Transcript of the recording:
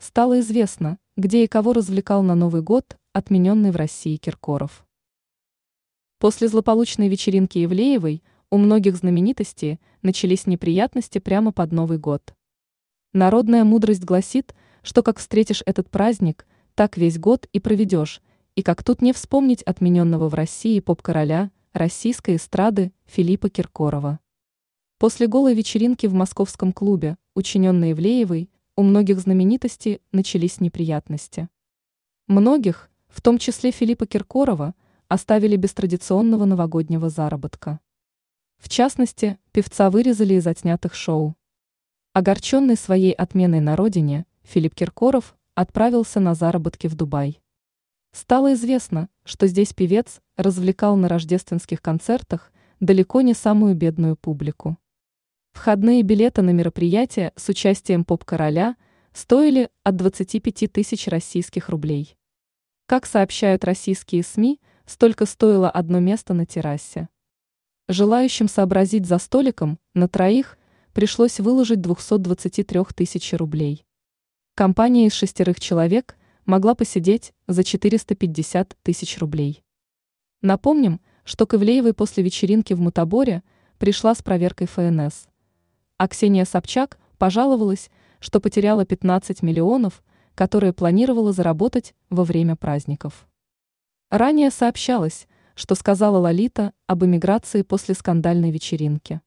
Стало известно, где и кого развлекал на Новый год отмененный в России Киркоров. После злополучной вечеринки Ивлеевой у многих знаменитостей начались неприятности прямо под Новый год. Народная мудрость гласит, что как встретишь этот праздник, так весь год и проведешь, и как тут не вспомнить отмененного в России поп-короля российской эстрады Филиппа Киркорова. После голой вечеринки в московском клубе, учиненной Ивлеевой, у многих знаменитостей начались неприятности. Многих, в том числе Филиппа Киркорова, оставили без традиционного новогоднего заработка. В частности, певца вырезали из отснятых шоу. Огорченный своей отменой на родине, Филипп Киркоров отправился на заработки в Дубай. Стало известно, что здесь певец развлекал на рождественских концертах далеко не самую бедную публику. Входные билеты на мероприятия с участием поп-короля стоили от 25 тысяч российских рублей. Как сообщают российские СМИ, столько стоило одно место на террасе. Желающим сообразить за столиком на троих пришлось выложить 223 тысячи рублей. Компания из 6 человек могла посидеть за 450 тысяч рублей. Напомним, что к Ивлеевой после вечеринки в Мутаборе пришла с проверкой ФНС. А Ксения Собчак пожаловалась, что потеряла 15 миллионов, которые планировала заработать во время праздников. Ранее сообщалось, что сказала Лолита об эмиграции после скандальной вечеринки.